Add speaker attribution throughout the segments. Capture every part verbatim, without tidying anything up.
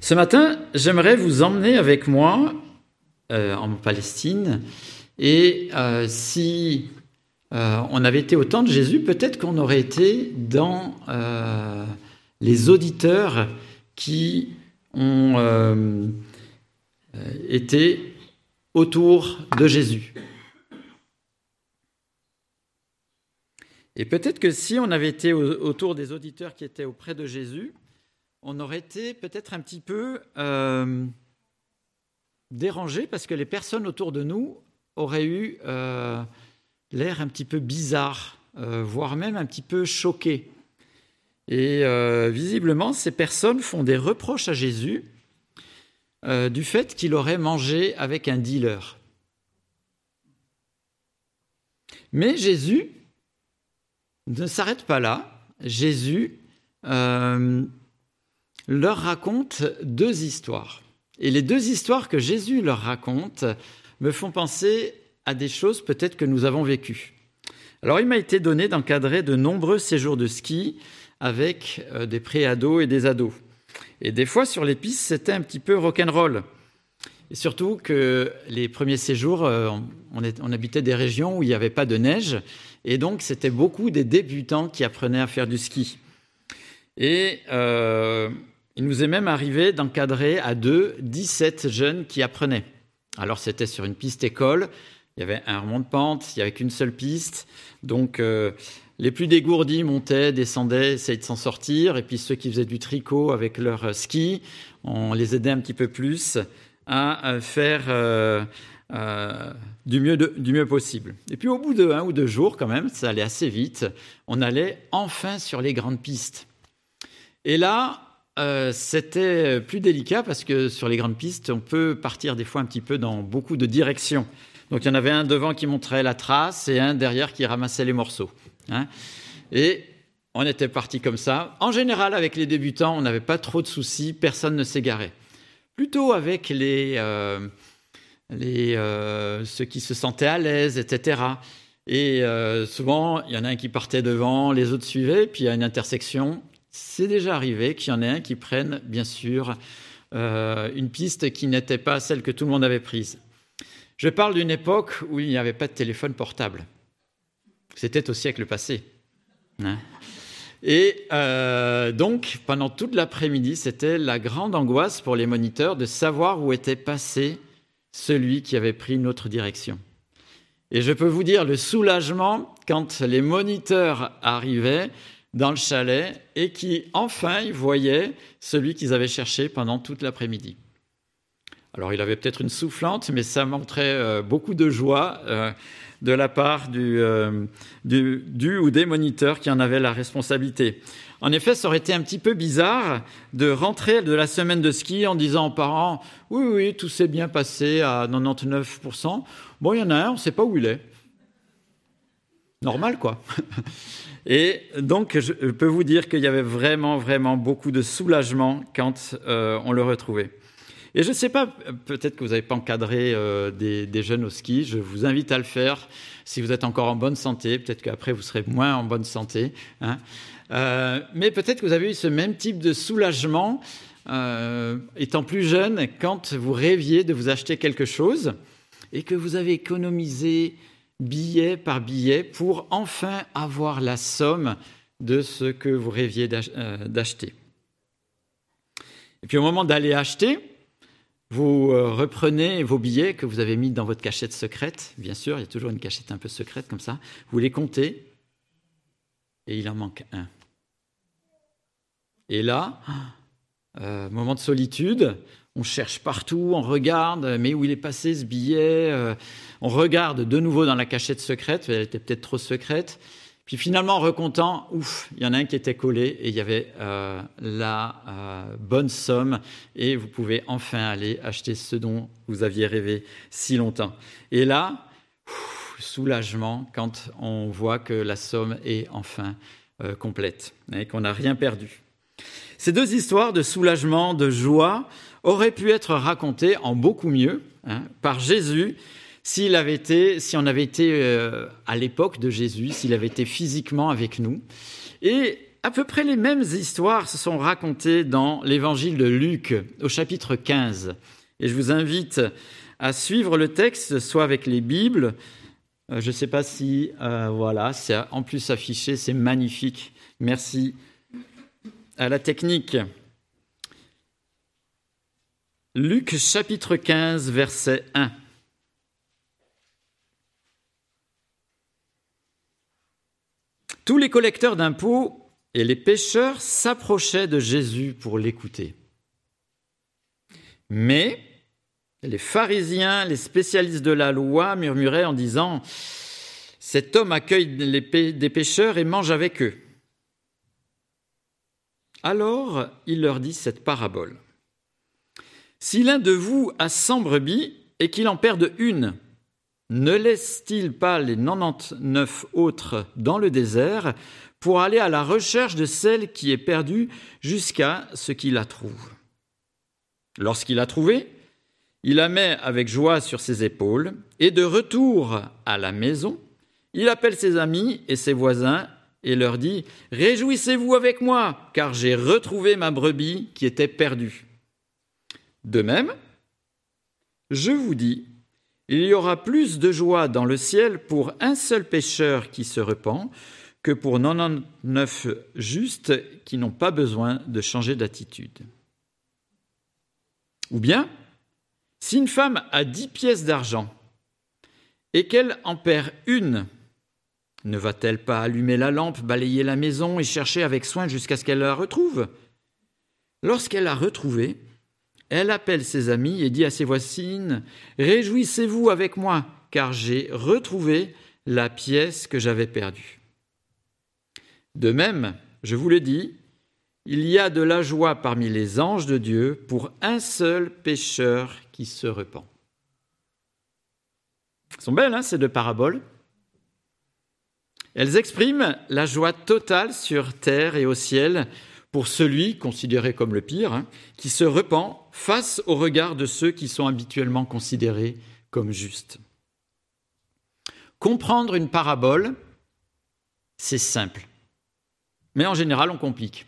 Speaker 1: Ce matin, j'aimerais vous emmener avec moi euh, en Palestine. Et euh, si euh, on avait été au temps de Jésus, peut-être qu'on aurait été dans euh, les auditeurs qui ont euh, été autour de Jésus. Et peut-être que si on avait été autour des auditeurs qui étaient auprès de Jésus, on aurait été peut-être un petit peu euh, dérangés parce que les personnes autour de nous auraient eu euh, l'air un petit peu bizarre, euh, voire même un petit peu choquées. Et euh, visiblement, ces personnes font des reproches à Jésus euh, du fait qu'il aurait mangé avec un dealer. Mais Jésus ne s'arrête pas là. Jésus euh, leur raconte deux histoires. Et les deux histoires que Jésus leur raconte me font penser à des choses peut-être que nous avons vécues. Alors, il m'a été donné d'encadrer de nombreux séjours de ski avec euh, des pré-ados et des ados. Et des fois, sur les pistes, c'était un petit peu rock'n'roll. Et surtout que les premiers séjours, euh, on, est, on habitait des régions où il n'y avait pas de neige. Et donc, c'était beaucoup des débutants qui apprenaient à faire du ski. Et euh, il nous est même arrivé d'encadrer à deux dix-sept jeunes qui apprenaient. Alors, c'était sur une piste école. Il y avait un remonte-pente, il n'y avait qu'une seule piste. Donc, euh, les plus dégourdis montaient, descendaient, essayaient de s'en sortir. Et puis, ceux qui faisaient du tricot avec leur ski, on les aidait un petit peu plus à faire euh, euh, du, mieux de, du mieux possible. Et puis, au bout de un ou deux jours, quand même, ça allait assez vite, on allait enfin sur les grandes pistes. Et là, euh, c'était plus délicat parce que sur les grandes pistes, on peut partir des fois un petit peu dans beaucoup de directions. Donc, il y en avait un devant qui montrait la trace et un derrière qui ramassait les morceaux. Hein. Et on était parti comme ça. En général, avec les débutants, on n'avait pas trop de soucis, personne ne s'égarait. Plutôt avec les, euh, les, euh, ceux qui se sentaient à l'aise, et cetera. Et euh, souvent, il y en a un qui partait devant, les autres suivaient, puis à une intersection, c'est déjà arrivé qu'il y en ait un qui prenne, bien sûr, euh, une piste qui n'était pas celle que tout le monde avait prise. Je parle d'une époque où il n'y avait pas de téléphone portable. C'était au siècle passé. Hein ? Et euh, donc, pendant toute l'après-midi, c'était la grande angoisse pour les moniteurs de savoir où était passé celui qui avait pris une autre direction. Et je peux vous dire le soulagement quand les moniteurs arrivaient dans le chalet et qui, enfin, ils voyaient celui qu'ils avaient cherché pendant toute l'après-midi. Alors, il avait peut-être une soufflante, mais ça montrait euh, beaucoup de joie euh, de la part du, euh, du, du ou des moniteurs qui en avaient la responsabilité. En effet, ça aurait été un petit peu bizarre de rentrer de la semaine de ski en disant aux parents « Oui, oui, tout s'est bien passé à quatre-vingt-dix-neuf pour cent. Bon, il y en a un, on ne sait pas où il est. » Normal, quoi. Et donc, je peux vous dire qu'il y avait vraiment, vraiment beaucoup de soulagement quand euh, on le retrouvait. Et je ne sais pas, peut-être que vous n'avez pas encadré euh, des, des jeunes au ski, je vous invite à le faire si vous êtes encore en bonne santé, peut-être qu'après vous serez moins en bonne santé. Hein. Euh, mais peut-être que vous avez eu ce même type de soulagement euh, étant plus jeune quand vous rêviez de vous acheter quelque chose et que vous avez économisé billet par billet pour enfin avoir la somme de ce que vous rêviez d'acheter. Et puis au moment d'aller acheter, vous reprenez vos billets que vous avez mis dans votre cachette secrète. Bien sûr, il y a toujours une cachette un peu secrète comme ça. Vous les comptez et il en manque un. Et là, euh, moment de solitude, on cherche partout, on regarde, mais où il est passé ce billet euh, On regarde de nouveau dans la cachette secrète, elle était peut-être trop secrète. Puis finalement, en recomptant, ouf, il y en a un qui était collé et il y avait euh, la euh, bonne somme et vous pouvez enfin aller acheter ce dont vous aviez rêvé si longtemps. Et là, ouf, soulagement quand on voit que la somme est enfin euh, complète et qu'on n'a rien perdu. Ces deux histoires de soulagement, de joie, auraient pu être racontées en beaucoup mieux hein, par Jésus S'il avait été, si on avait été euh, à l'époque de Jésus, s'il avait été physiquement avec nous. Et à peu près les mêmes histoires se sont racontées dans l'évangile de Luc, au chapitre quinze. Et je vous invite à suivre le texte, soit avec les Bibles. Euh, je ne sais pas si... Euh, voilà, c'est en plus affiché, c'est magnifique. Merci à la technique. Luc, chapitre quinze, verset un. Tous les collecteurs d'impôts et les pécheurs s'approchaient de Jésus pour l'écouter. Mais les pharisiens, les spécialistes de la loi murmuraient en disant « Cet homme accueille les pé- des pécheurs et mange avec eux. » Alors il leur dit cette parabole. « Si l'un de vous a cent brebis et qu'il en perde une, ne laisse-t-il pas les quatre-vingt-dix-neuf autres dans le désert pour aller à la recherche de celle qui est perdue jusqu'à ce qu'il la trouve ? Lorsqu'il l'a trouvée, il la met avec joie sur ses épaules et de retour à la maison, il appelle ses amis et ses voisins et leur dit « Réjouissez-vous avec moi, car j'ai retrouvé ma brebis qui était perdue. » De même, je vous dis, il y aura plus de joie dans le ciel pour un seul pécheur qui se repent que pour quatre-vingt-dix-neuf justes qui n'ont pas besoin de changer d'attitude. Ou bien, si une femme a dix pièces d'argent et qu'elle en perd une, ne va-t-elle pas allumer la lampe, balayer la maison et chercher avec soin jusqu'à ce qu'elle la retrouve ? Lorsqu'elle l'a retrouvée, elle appelle ses amis et dit à ses voisines « Réjouissez-vous avec moi, car j'ai retrouvé la pièce que j'avais perdue. » De même, je vous le dis, il y a de la joie parmi les anges de Dieu pour un seul pécheur qui se repent. Elles sont belles, hein, ces deux paraboles. Elles expriment la joie totale sur terre et au ciel pour celui, considéré comme le pire, hein, qui se repent face au regard de ceux qui sont habituellement considérés comme justes. Comprendre une parabole, c'est simple. Mais en général, on complique.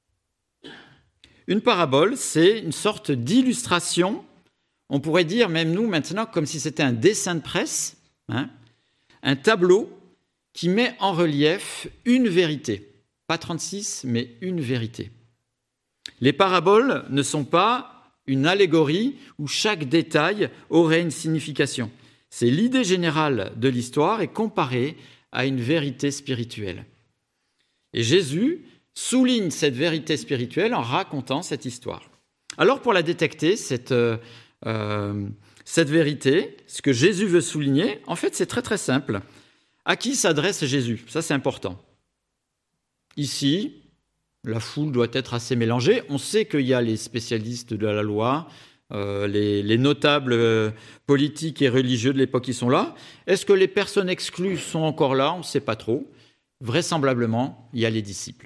Speaker 1: Une parabole, c'est une sorte d'illustration, on pourrait dire, même nous maintenant, comme si c'était un dessin de presse, hein, un tableau qui met en relief une vérité. Pas trente-six, mais une vérité. Les paraboles ne sont pas une allégorie où chaque détail aurait une signification. C'est l'idée générale de l'histoire et comparée à une vérité spirituelle. Et Jésus souligne cette vérité spirituelle en racontant cette histoire. Alors pour la détecter, cette, euh, euh, cette vérité, ce que Jésus veut souligner, en fait c'est très très simple. À qui s'adresse Jésus ? Ça c'est important. Ici, la foule doit être assez mélangée. On sait qu'il y a les spécialistes de la loi, euh, les, les notables euh, politiques et religieux de l'époque qui sont là. Est-ce que les personnes exclues sont encore là ? On ne sait pas trop. Vraisemblablement, il y a les disciples.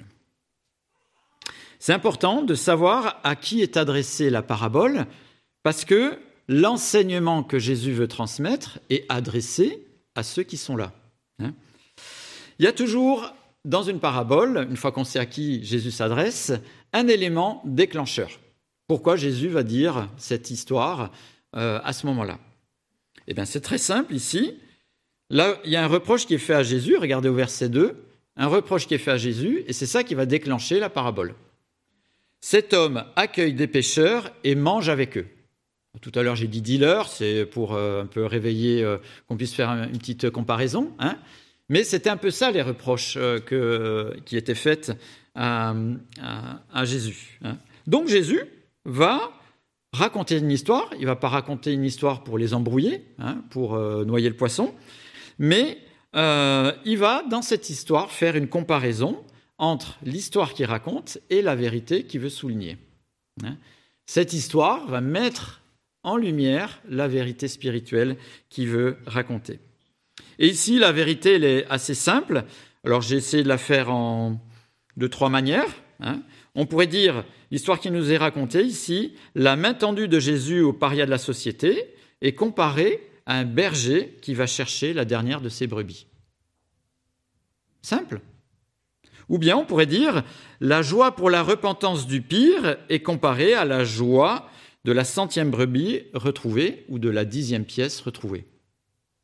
Speaker 1: C'est important de savoir à qui est adressée la parabole, parce que l'enseignement que Jésus veut transmettre est adressé à ceux qui sont là. Hein ? Il y a toujours, dans une parabole, une fois qu'on sait à qui Jésus s'adresse, un élément déclencheur. Pourquoi Jésus va dire cette histoire euh, à ce moment-là ? Eh bien, c'est très simple ici. Là, il y a un reproche qui est fait à Jésus, regardez au verset deux, un reproche qui est fait à Jésus, et c'est ça qui va déclencher la parabole. Cet homme accueille des pécheurs et mange avec eux. Tout à l'heure, j'ai dit dealer, c'est pour euh, un peu réveiller, euh, qu'on puisse faire une petite comparaison. Hein, mais c'était un peu ça les reproches euh, que, euh, qui étaient faits à, à, à Jésus. Hein. Donc Jésus va raconter une histoire. Il ne va pas raconter une histoire pour les embrouiller, hein, pour euh, noyer le poisson, mais euh, il va, dans cette histoire, faire une comparaison entre l'histoire qu'il raconte et la vérité qu'il veut souligner. Cette histoire va mettre en lumière la vérité spirituelle qu'il veut raconter. Et ici, la vérité, elle est assez simple. Alors, j'ai essayé de la faire en, de trois manières. On pourrait dire, l'histoire qui nous est racontée ici, la main tendue de Jésus aux parias de la société est comparée à un berger qui va chercher la dernière de ses brebis. Simple. Ou bien on pourrait dire la joie pour la repentance du pire est comparée à la joie de la centième brebis retrouvée ou de la dixième pièce retrouvée. Ok ?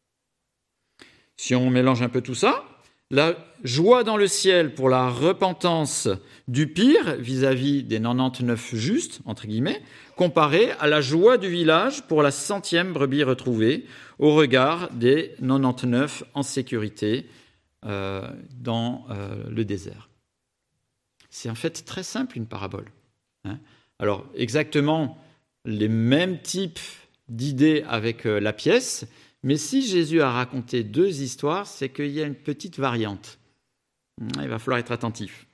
Speaker 1: Si on mélange un peu tout ça, la joie dans le ciel pour la repentance du pire vis-à-vis des quatre-vingt-dix-neuf justes, entre guillemets, comparée à la joie du village pour la centième brebis retrouvée au regard des quatre-vingt-dix-neuf en sécurité euh, dans euh, le désert. C'est en fait très simple une parabole. Hein. Alors exactement les mêmes types d'idées avec euh, la pièce, mais si Jésus a raconté deux histoires, c'est qu'il y a une petite variante. Il va falloir être attentif.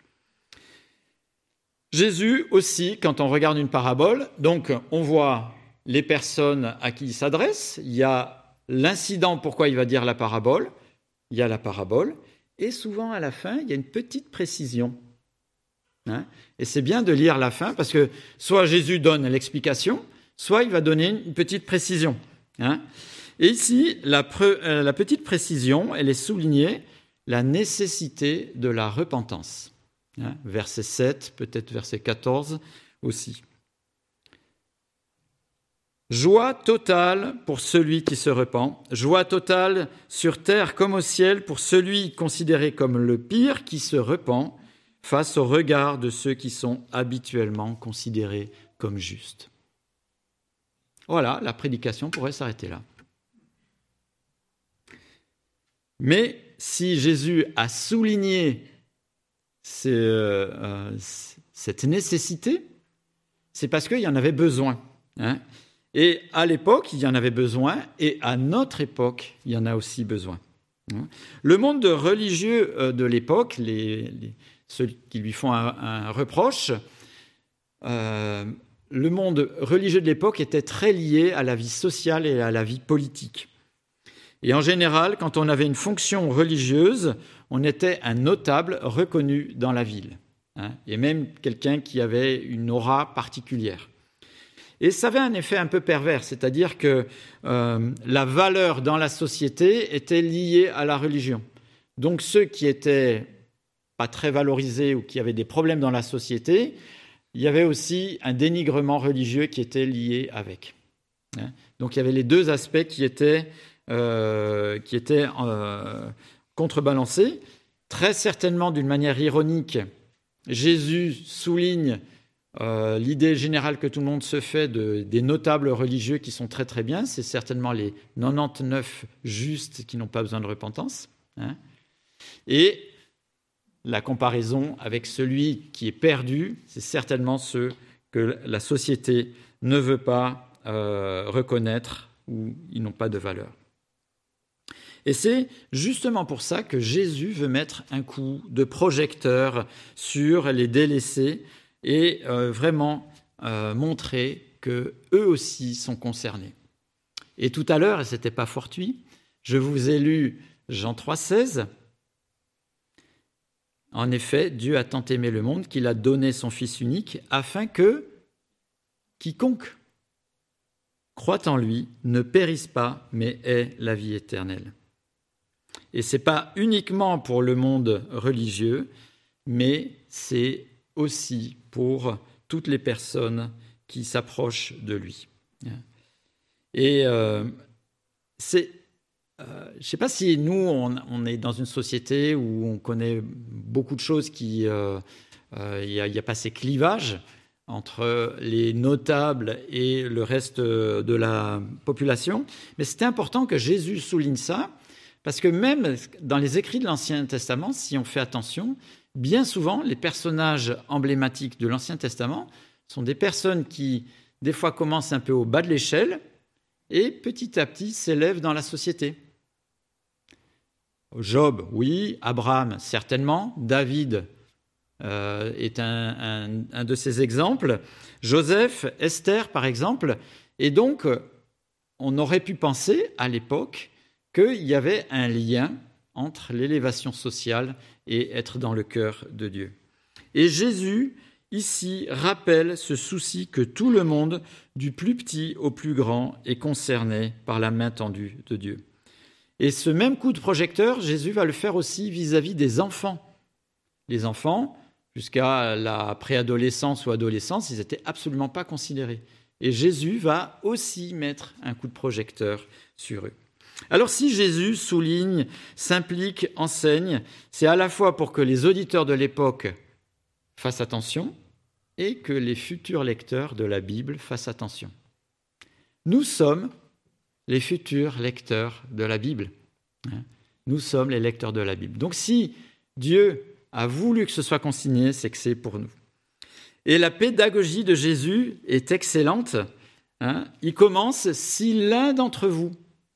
Speaker 1: Jésus aussi, quand on regarde une parabole, donc on voit les personnes à qui il s'adresse, il y a l'incident pourquoi il va dire la parabole, il y a la parabole, et souvent à la fin, il y a une petite précision. Hein ? Et c'est bien de lire la fin, parce que soit Jésus donne l'explication, soit il va donner une petite précision. Hein ? Et ici, la, pre, euh, la petite précision, elle est soulignée, la nécessité de la repentance. Hein, verset sept, peut-être verset quatorze aussi. Joie totale pour celui qui se repent, joie totale sur terre comme au ciel pour celui considéré comme le pire qui se repent face au regard de ceux qui sont habituellement considérés comme justes. Voilà, la prédication pourrait s'arrêter là. Mais si Jésus a souligné ces, euh, cette nécessité, c'est parce qu'il y en avait besoin. Hein. Et à l'époque, il y en avait besoin, et à notre époque, il y en a aussi besoin. Hein. Le monde religieux de l'époque, les, les, ceux qui lui font un, un reproche, euh, le monde religieux de l'époque était très lié à la vie sociale et à la vie politique. Et en général, quand on avait une fonction religieuse, on était un notable reconnu dans la ville, hein, et même quelqu'un qui avait une aura particulière. Et ça avait un effet un peu pervers, c'est-à-dire que euh, la valeur dans la société était liée à la religion. Donc ceux qui étaient pas très valorisés ou qui avaient des problèmes dans la société, il y avait aussi un dénigrement religieux qui était lié avec. Hein. Donc il y avait les deux aspects qui étaient Euh, qui était euh, contrebalancé. Très certainement, d'une manière ironique, Jésus souligne euh, l'idée générale que tout le monde se fait de, des notables religieux qui sont très très bien. C'est certainement les quatre-vingt-dix-neuf justes qui n'ont pas besoin de repentance. Hein. Et la comparaison avec celui qui est perdu, c'est certainement ceux que la société ne veut pas euh, reconnaître ou ils n'ont pas de valeur. Et c'est justement pour ça que Jésus veut mettre un coup de projecteur sur les délaissés et euh, vraiment euh, montrer qu'eux aussi sont concernés. Et tout à l'heure, et ce n'était pas fortuit, je vous ai lu Jean trois, seize. En effet, Dieu a tant aimé le monde qu'il a donné son Fils unique afin que quiconque croit en lui ne périsse pas, mais ait la vie éternelle. Et ce n'est pas uniquement pour le monde religieux, mais c'est aussi pour toutes les personnes qui s'approchent de lui. Et euh, c'est, euh, je ne sais pas si nous, on, on est dans une société où on connaît beaucoup de choses qui... Euh, euh, il n'y a, a pas ces clivages entre les notables et le reste de la population. Mais c'était important que Jésus souligne ça, parce que même dans les écrits de l'Ancien Testament, si on fait attention, bien souvent, les personnages emblématiques de l'Ancien Testament sont des personnes qui, des fois, commencent un peu au bas de l'échelle et petit à petit s'élèvent dans la société. Job, oui. Abraham, certainement. David euh, est un, un, un de ces exemples. Joseph, Esther, par exemple. Et donc, on aurait pu penser, à l'époque, qu'il y avait un lien entre l'élévation sociale et être dans le cœur de Dieu. Et Jésus, ici, rappelle ce souci que tout le monde, du plus petit au plus grand, est concerné par la main tendue de Dieu. Et ce même coup de projecteur, Jésus va le faire aussi vis-à-vis des enfants. Les enfants, jusqu'à la préadolescence ou adolescence, ils n'étaient absolument pas considérés. Et Jésus va aussi mettre un coup de projecteur sur eux. Alors si Jésus souligne, s'implique, enseigne, c'est à la fois pour que les auditeurs de l'époque fassent attention et que les futurs lecteurs de la Bible fassent attention. Nous sommes les futurs lecteurs de la Bible. Nous sommes les lecteurs de la Bible. Donc si Dieu a voulu que ce soit consigné, c'est que c'est pour nous. Et la pédagogie de Jésus est excellente. Hein. Il commence « si l'un d'entre vous ».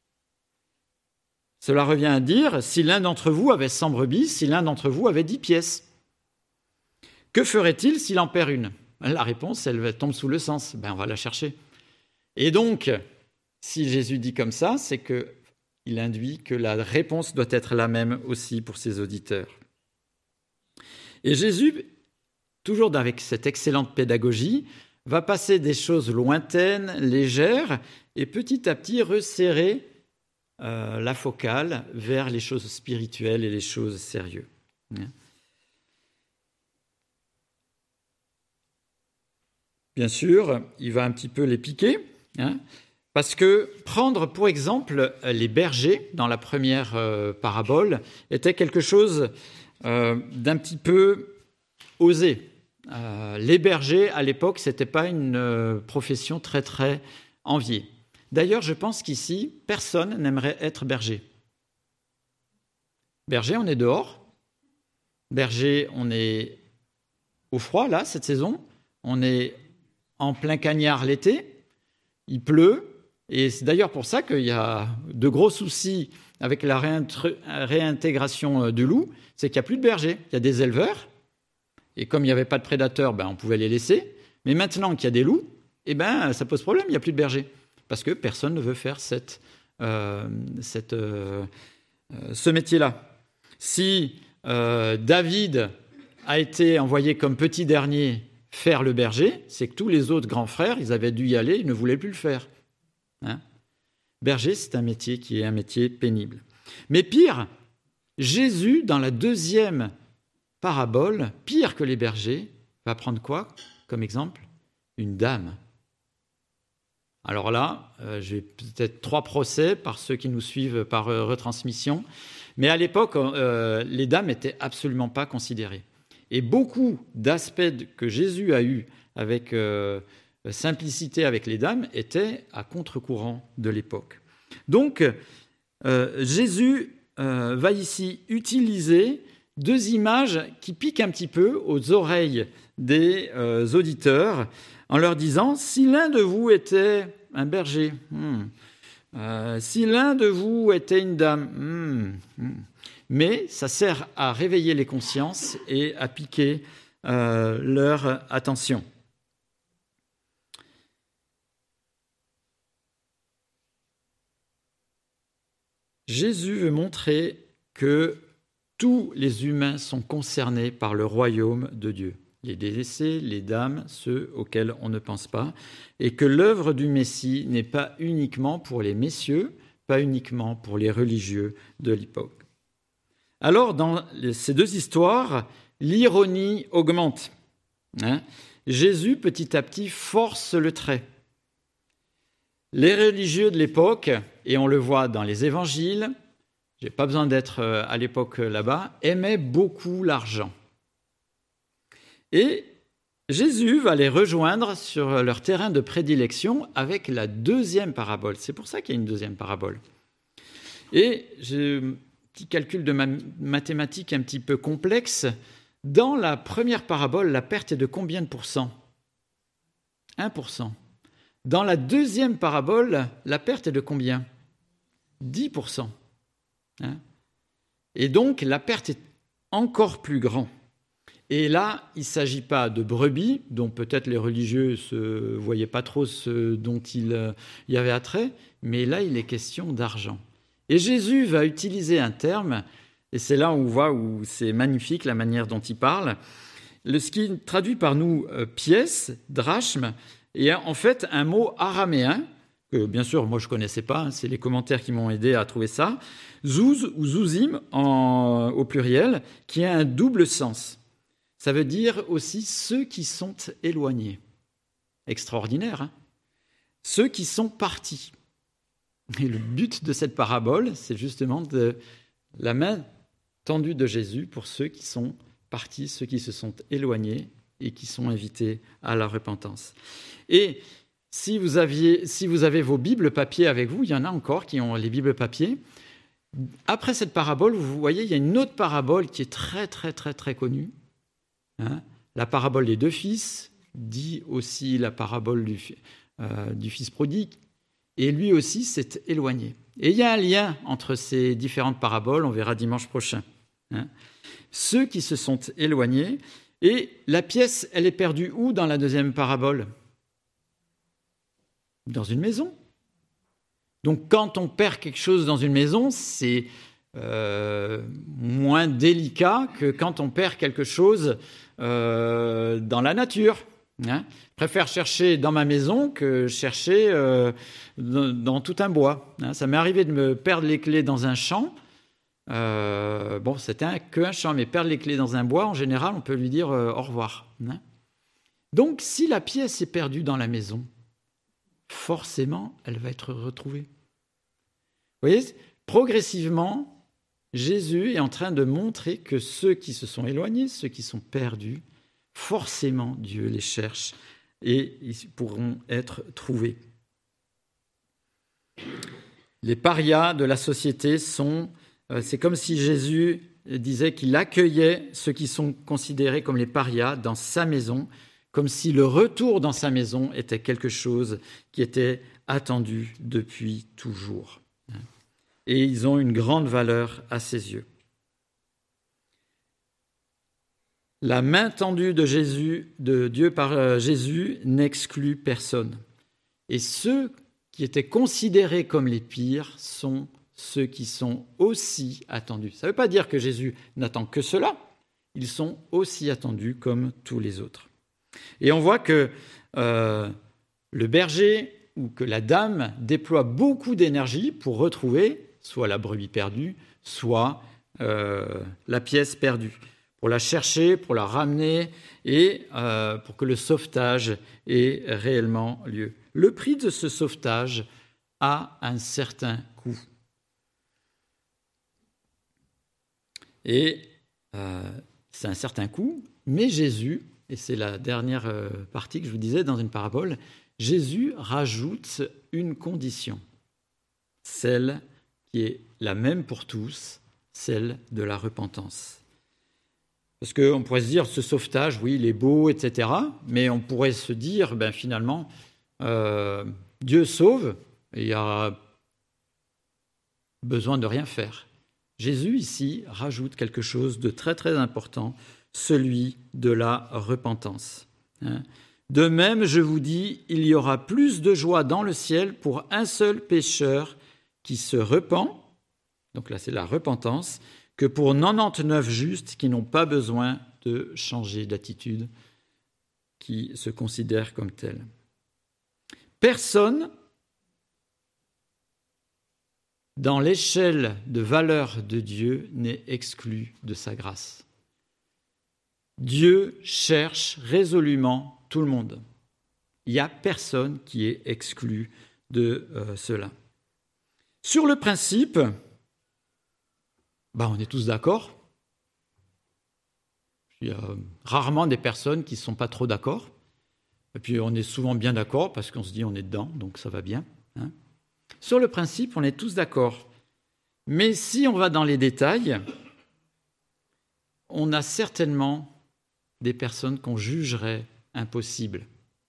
Speaker 1: Cela revient à dire « si l'un d'entre vous avait cent brebis, si l'un d'entre vous avait dix pièces ». Que ferait-il s'il en perd une ? La réponse, elle tombe sous le sens. Ben, on va la chercher. Et donc, si Jésus dit comme ça, c'est qu'il induit que la réponse doit être la même aussi pour ses auditeurs. Et Jésus, toujours avec cette excellente pédagogie, va passer des choses lointaines, légères, et petit à petit resserrer euh, la focale vers les choses spirituelles et les choses sérieuses. Bien sûr, il va un petit peu les piquer, hein, parce que prendre pour exemple les bergers dans la première euh, parabole était quelque chose euh, d'un petit peu osé. Euh, les bergers, à l'époque, ce n'était pas une euh, profession très, très enviée. D'ailleurs, je pense qu'ici, personne n'aimerait être berger. Berger, on est dehors. Berger, on est au froid, là, cette saison. On est en plein cagnard l'été. Il pleut. Et c'est d'ailleurs pour ça qu'il y a de gros soucis avec la réintégration du loup. C'est qu'il n'y a plus de bergers. Il y a des éleveurs. Et comme il n'y avait pas de prédateurs, ben, on pouvait les laisser. Mais maintenant qu'il y a des loups, eh ben, ça pose problème, il n'y a plus de bergers. Parce que personne ne veut faire cette, euh, cette, euh, ce métier-là. Si euh, David a été envoyé comme petit dernier faire le berger, c'est que tous les autres grands frères, ils avaient dû y aller, ils ne voulaient plus le faire. Hein ? Berger, c'est un métier qui est un métier pénible. Mais pire, Jésus, dans la deuxième parabole, pire que les bergers, va prendre quoi comme exemple ? Une dame. Alors là, euh, j'ai peut-être trois procès par ceux qui nous suivent par euh, retransmission, mais à l'époque, euh, les dames n'étaient absolument pas considérées. Et beaucoup d'aspects que Jésus a eus avec euh, simplicité avec les dames étaient à contre-courant de l'époque. Donc, euh, Jésus euh, va ici utiliser deux images qui piquent un petit peu aux oreilles des euh, auditeurs en leur disant « Si l'un de vous était un berger, hmm, euh, si l'un de vous était une dame, hmm, hmm. » Mais ça sert à réveiller les consciences et à piquer euh, leur attention. Jésus veut montrer que tous les humains sont concernés par le royaume de Dieu. Les délaissés, les dames, ceux auxquels on ne pense pas, et que l'œuvre du Messie n'est pas uniquement pour les messieurs, pas uniquement pour les religieux de l'époque. Alors, dans ces deux histoires, l'ironie augmente. Hein ? Jésus, petit à petit, force le trait. Les religieux de l'époque, et on le voit dans les évangiles, je n'ai pas besoin d'être à l'époque là-bas, aimaient beaucoup l'argent. Et Jésus va les rejoindre sur leur terrain de prédilection avec la deuxième parabole. C'est pour ça qu'il y a une deuxième parabole. Et je... petit calcul de mathématiques un petit peu complexe. Dans la première parabole, la perte est de combien de pourcents ? un pour cent. Dans la deuxième parabole, la perte est de combien ? dix pour cent. Hein ? Et donc, la perte est encore plus grande. Et là, il ne s'agit pas de brebis, dont peut-être les religieux ne se voyaient pas trop ce dont il y avait attrait, mais là, il est question d'argent. Et Jésus va utiliser un terme, et c'est là où on voit où c'est magnifique la manière dont il parle, le, ce qui traduit par nous euh, pièce, drachme, et en fait un mot araméen que bien sûr, moi je ne connaissais pas, hein, c'est les commentaires qui m'ont aidé à trouver ça. Zouz ou zouzim en, au pluriel, qui a un double sens. Ça veut dire aussi ceux qui sont éloignés. Extraordinaire, hein? Ceux qui sont partis. Et le but de cette parabole, c'est justement de la main tendue de Jésus pour ceux qui sont partis, ceux qui se sont éloignés et qui sont invités à la repentance. Et si vous, aviez, si vous avez vos Bibles papier avec vous, il y en a encore qui ont les Bibles papier. Après cette parabole, vous voyez, il y a une autre parabole qui est très, très, très, très connue. Hein, la parabole des deux fils, dit aussi la parabole du, euh, du fils prodigue, et lui aussi s'est éloigné. Et il y a un lien entre ces différentes paraboles, on verra dimanche prochain. Hein. Ceux qui se sont éloignés, et la pièce, elle est perdue où dans la deuxième parabole? Dans une maison. Donc quand on perd quelque chose dans une maison, c'est euh, moins délicat que quand on perd quelque chose euh, dans la nature. Hein. Je préfère chercher dans ma maison que chercher euh, dans, dans tout un bois. Hein. Ça m'est arrivé de me perdre les clés dans un champ. Euh, bon, c'était un, que un champ, mais perdre les clés dans un bois, en général, on peut lui dire euh, au revoir. Hein. Donc, si la pièce est perdue dans la maison, forcément, elle va être retrouvée. Vous voyez, progressivement, Jésus est en train de montrer que ceux qui se sont éloignés, ceux qui sont perdus, forcément, Dieu les cherche et ils pourront être trouvés. Les parias de la société sont... Euh, c'est comme si Jésus disait qu'il accueillait ceux qui sont considérés comme les parias dans sa maison, comme si le retour dans sa maison était quelque chose qui était attendu depuis toujours. Et ils ont une grande valeur à ses yeux. La main tendue de Jésus, de Dieu par Jésus, n'exclut personne. Et ceux qui étaient considérés comme les pires sont ceux qui sont aussi attendus. Ça ne veut pas dire que Jésus n'attend que cela. Ils sont aussi attendus comme tous les autres. Et on voit que euh, le berger ou que la dame déploie beaucoup d'énergie pour retrouver soit la brebis perdue, soit euh, la pièce perdue, pour la chercher, pour la ramener et euh, pour que le sauvetage ait réellement lieu. Le prix de ce sauvetage a un certain coût. Et euh, c'est un certain coût, mais Jésus, et c'est la dernière euh, partie que je vous disais dans une parabole, Jésus rajoute une condition, celle qui est la même pour tous, celle de la repentance. Parce qu'on pourrait se dire, ce sauvetage, oui, il est beau, et cetera, mais on pourrait se dire, ben, finalement, euh, Dieu sauve, et il y a besoin de rien faire. Jésus, ici, rajoute quelque chose de très, très important, celui de la repentance. De même, je vous dis, il y aura plus de joie dans le ciel pour un seul pécheur qui se repent, donc là c'est la repentance, que pour quatre-vingt-dix-neuf justes qui n'ont pas besoin de changer d'attitude, qui se considèrent comme tels. Personne, dans l'échelle de valeur de Dieu, n'est exclu de sa grâce. Dieu cherche résolument tout le monde. Il n'y a personne qui est exclu de euh, cela. Sur le principe, bah, on est tous d'accord. Il y a rarement des personnes qui ne sont pas trop d'accord. Et puis on est souvent bien d'accord parce qu'on se dit on est dedans, donc ça va bien. Hein. Sur le principe, on est tous d'accord. Mais si on va dans les détails, on a certainement des personnes qu'on jugerait impossibles.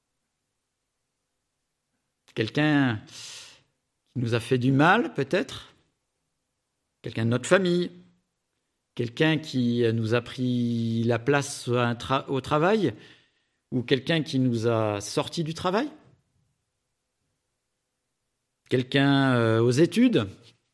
Speaker 1: Quelqu'un qui nous a fait du mal, peut-être, quelqu'un de notre famille, quelqu'un qui nous a pris la place au travail, ou quelqu'un qui nous a sortis du travail, quelqu'un aux études,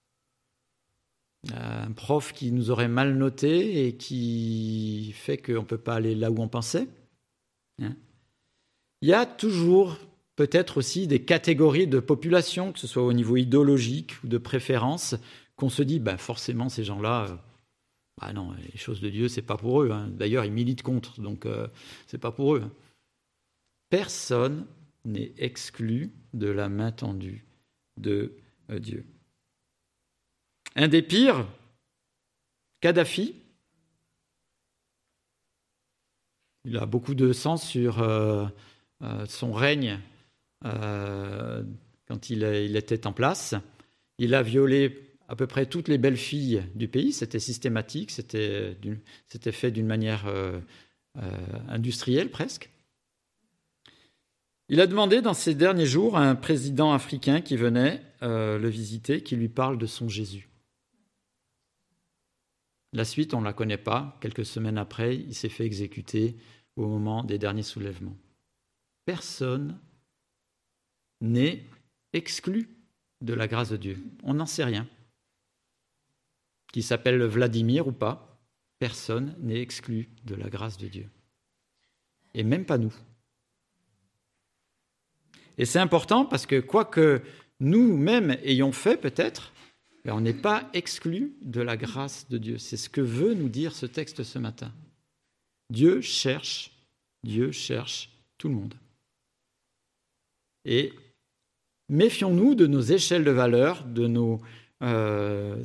Speaker 1: un prof qui nous aurait mal noté et qui fait qu'on ne peut pas aller là où on pensait. Il y a toujours peut-être aussi des catégories de population, que ce soit au niveau idéologique ou de préférence, qu'on se dit, bah, forcément, ces gens-là, euh, bah non, les choses de Dieu, c'est pas pour eux. Hein. D'ailleurs, ils militent contre, donc euh, c'est pas pour eux. Hein. Personne n'est exclu de la main tendue de euh, Dieu. Un des pires, Kadhafi, il a beaucoup de sens sur euh, euh, son règne euh, quand il, il était en place. Il a violé à peu près toutes les belles filles du pays, c'était systématique, c'était, c'était fait d'une manière euh, euh, industrielle presque. Il a demandé dans ces derniers jours à un président africain qui venait euh, le visiter, qui lui parle de son Jésus. La suite, on ne la connaît pas. Quelques semaines après, il s'est fait exécuter au moment des derniers soulèvements. Personne n'est exclu de la grâce de Dieu. On n'en sait rien. Qu'il s'appelle Vladimir ou pas, personne n'est exclu de la grâce de Dieu. Et même pas nous. Et c'est important parce que quoi que nous-mêmes ayons fait peut-être, on n'est pas exclu de la grâce de Dieu. C'est ce que veut nous dire ce texte ce matin. Dieu cherche, Dieu cherche tout le monde. Et méfions-nous de nos échelles de valeur, de nos euh,